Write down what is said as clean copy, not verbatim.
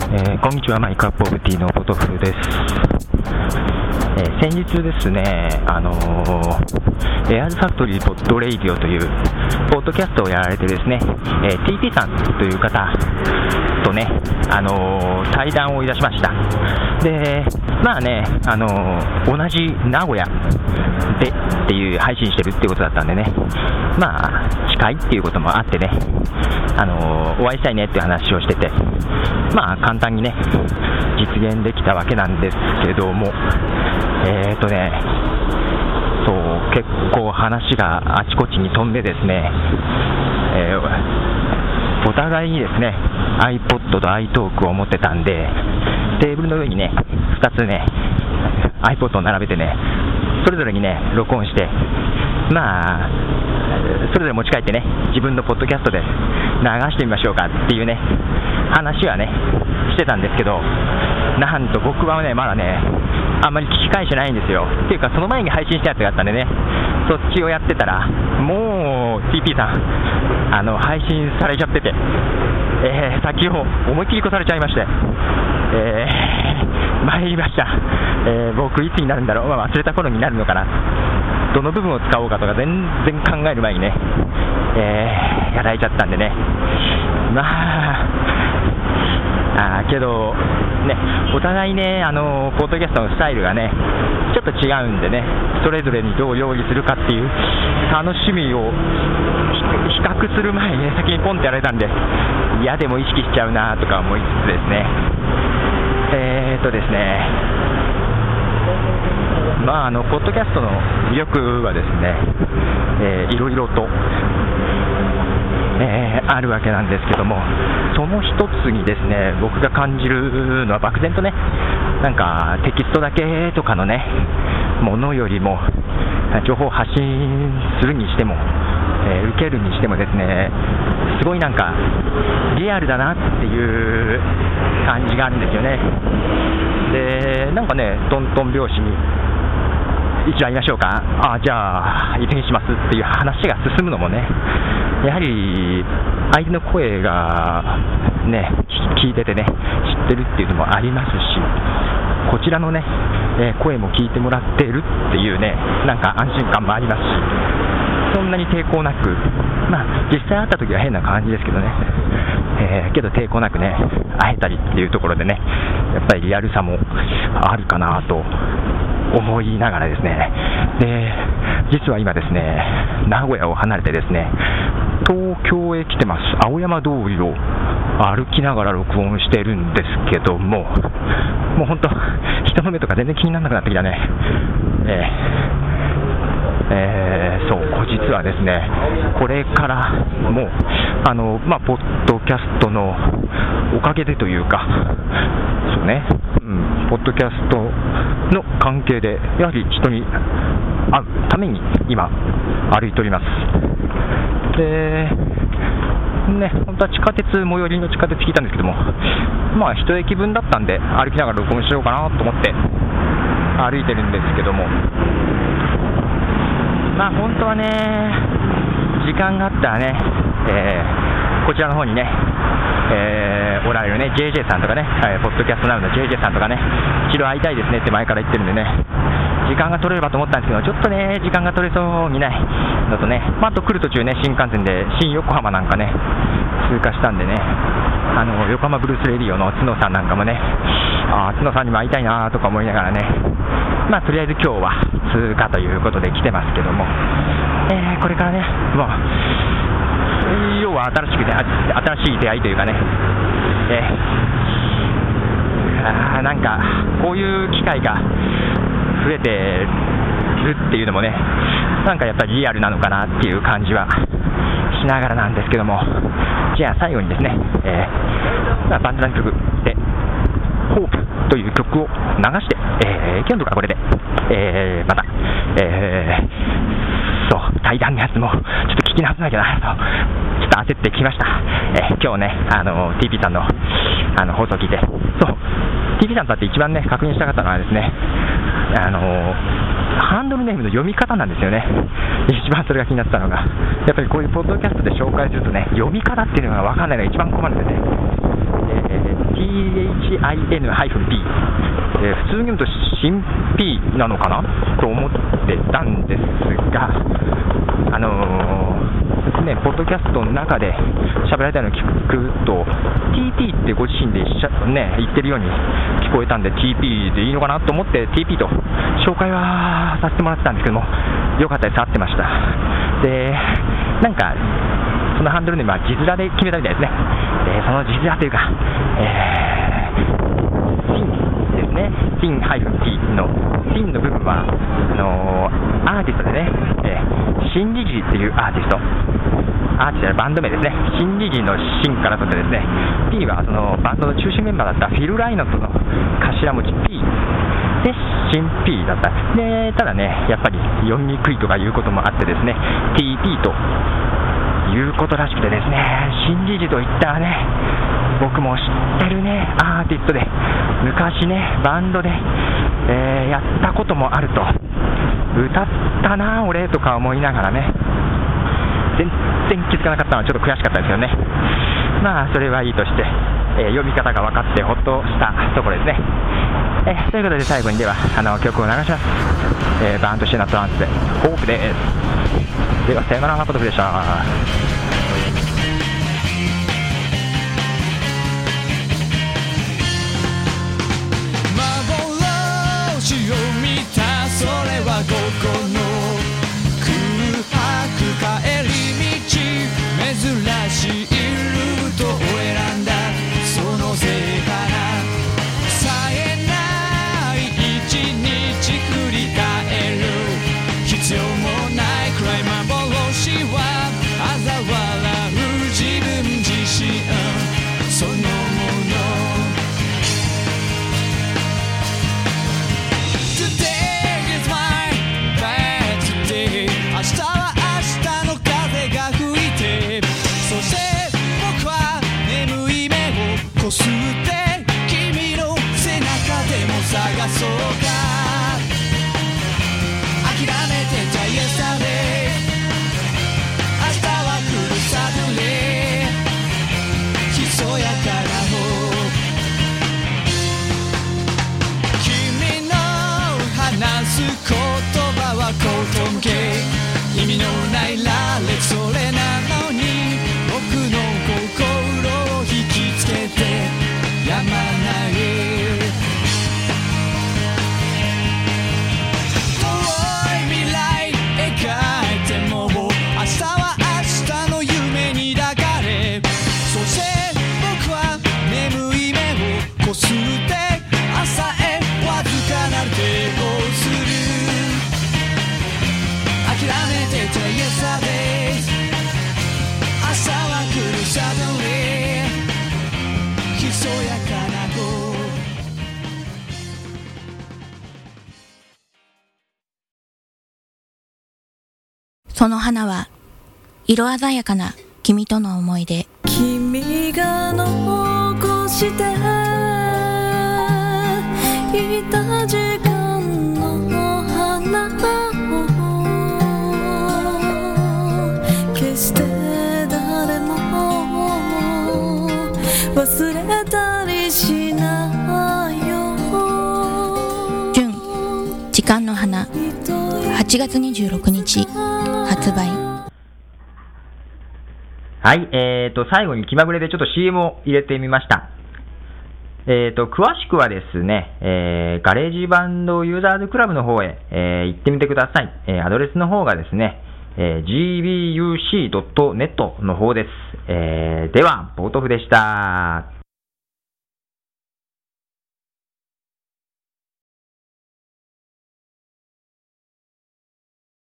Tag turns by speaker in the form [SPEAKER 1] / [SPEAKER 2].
[SPEAKER 1] こんにちは、マイクアップオブティーのポトフです。先日ですね、エアーズファクトリーポッドレイディオというポッドキャストをやられてですね、TT さんという方とね、対談をいたしました。で、まあね、同じ名古屋でっていう配信してるっていうことだったんでね、まあ近いっていうこともあってね、お会いしたいねっていう話をしてて、まあ簡単にね実現できたわけなんですけども、そう結構話があちこちに飛んでですね、お互いにですね iPod と iTalk を持ってたんで、テーブルの上にね2つね iPod を並べてね、それぞれにね録音して、まあそれぞれ持ち帰ってね自分のポッドキャストで流してみましょうかっていうね話はねしてたんですけど、なんと僕はねまだねあんまり聞き返してないんですよ。っていうかその前に配信したやつがあったんでね、そっちをやってたらもう TP さん配信されちゃってて、先を思いっきり越されちゃいまして、参りました。僕いつになるんだろう、忘れた頃になるのかな、どの部分を使おうかとか全然考える前にね、やられちゃったんでね、まあけどね、お互いねポッドキャストのスタイルがねちょっと違うんでね、それぞれにどう料理するかっていう楽しみを比較する前にね先にポンってやられたんで、嫌でも意識しちゃうなとか思いつつですね、ですね、まあポッドキャストの魅力はですね、いろいろとあるわけなんですけども、その一つにですね僕が感じるのは漠然とね、なんかテキストだけとかのねものよりも情報を発信するにしても、受けるにしてもですね、すごいなんかリアルだなっていう感じがあるんですよね。でなんかねトントン拍子に一度会いましょうか、じゃあいつにしますっていう話が進むのもね、やはり相手の声がね聞いててね知ってるっていうのもありますし、こちらのね、声も聞いてもらってるっていうねなんか安心感もありますし、そんなに抵抗なく、まあ実際会った時は変な感じですけどね、けど抵抗なくね会えたりっていうところでね、やっぱりリアルさもあるかなと思いながらですね、で実は今ですね名古屋を離れてですね東京へ来てます。青山通りを歩きながら録音してるんですけども、もう本当人の目とか全然気にならなくなってきたね。そう実はですねこれからもポッドキャストのおかげでというか、そうね、ポッドキャストの関係でやはり人に会うために今歩いております。でね、本当は地下鉄最寄りの地下鉄聞いたんですけども、まあ一駅分だったんで歩きながら録音しようかなと思って歩いてるんですけども、まあ本当はね時間があったらね、こちらの方にね、おられるね JJ さんとかね、ポッドキャストナウの JJ さんとかね一度会いたいですねって前から言ってるんでね、時間が取れればと思ったんですけど、ちょっとね時間が取れそうにないのとね、あと来る途中ね新幹線で新横浜なんかね通過したんでね、横浜ブルースレディオの角さんなんかもね、角さんにも会いたいなとか思いながらね、まあとりあえず今日は通過ということで来てますけども、これからね要は新しい出会いというかね、なんかこういう機会が増えてるっていうのもね、なんかやっぱりリアルなのかなっていう感じはしながらなんですけども、じゃあ最後にですね、バンドの曲でホープという曲を流して、今日のところはこれで、また、そう対談のやつもちょっと聞き直さなきゃなとちょっと焦ってきました。今日ねTP さんの放送を聞いて、そう TP さんだって一番ね確認したかったのはですね、ハンドルネームの読み方なんですよね。一番それが気になってたのが、やっぱりこういうポッドキャストで紹介するとね読み方っていうのが分かんないのが一番困るんでね、 THIN-P、普通に読むと新 P なのかなと思ってたんですが、ポッドキャストの中で喋られたのを聞くと TP ってご自身で言ってるように聞こえたんで TP でいいのかなと思って TP と紹介はさせてもらってたんですけども、よかったです、合ってました。で、なんかそのハンドルに字面で決めたみたいですね。その字面というか、SIN ですね、SIN-P の SIN の部分はアーティストでね、新リジっていうアーティストバンド名ですね。新リジの新からとってですね、P はそのバンドの中心メンバーだったフィル・ライノットの頭文字 P で新 P だったで、ただね、やっぱり読みにくいとかいうこともあってですね、 TP ということらしくてですね、新リジといったらね、僕も知ってるねアーティストで、昔ねバンドで、やったこともあると、歌ったな俺とか思いながらね、全然気づかなかったのはちょっと悔しかったですけどね。まあそれはいいとして、読み方が分かってほっとしたところですね。ということで最後にでは曲を流します。バンドシナトランスでホープです。ではさよなら、ポトフでした。
[SPEAKER 2] 幻を見た、それは午後の空白、帰り道珍しいルートを選んだ、そのせいかな、冴えない一日振り返る必要もない暗い幻は嘲笑う自分自身そのもの。明日は明日の風が吹いて、そして僕は眠い目をこすって君の背中でも探そうか。諦めてた Yesterday、 明日は来る Suddenly、 ひそやかな方、君の話す言葉は口頭向け、意味のない羅列、それなのに僕の心を引きつけてやまない。遠い未来描いても明日は明日の夢に抱かれ、そして僕は眠い目をこすって朝へわずかなる抵抗する。諦めてた Yesterday、 明日は来る Suddenly、 ひそやかな子。
[SPEAKER 3] その花は色鮮やかな君との思い出。
[SPEAKER 4] 君が残していた時間の花忘れたりしないよ。
[SPEAKER 3] 純時間の花、8月26日発売。
[SPEAKER 1] はい、最後に気まぐれでちょっと CM を入れてみました。詳しくはですね、ガレージバンドユーザーズクラブの方へ、行ってみてください。アドレスの方がですね、gbuc.net の方です。では、ポートフでした。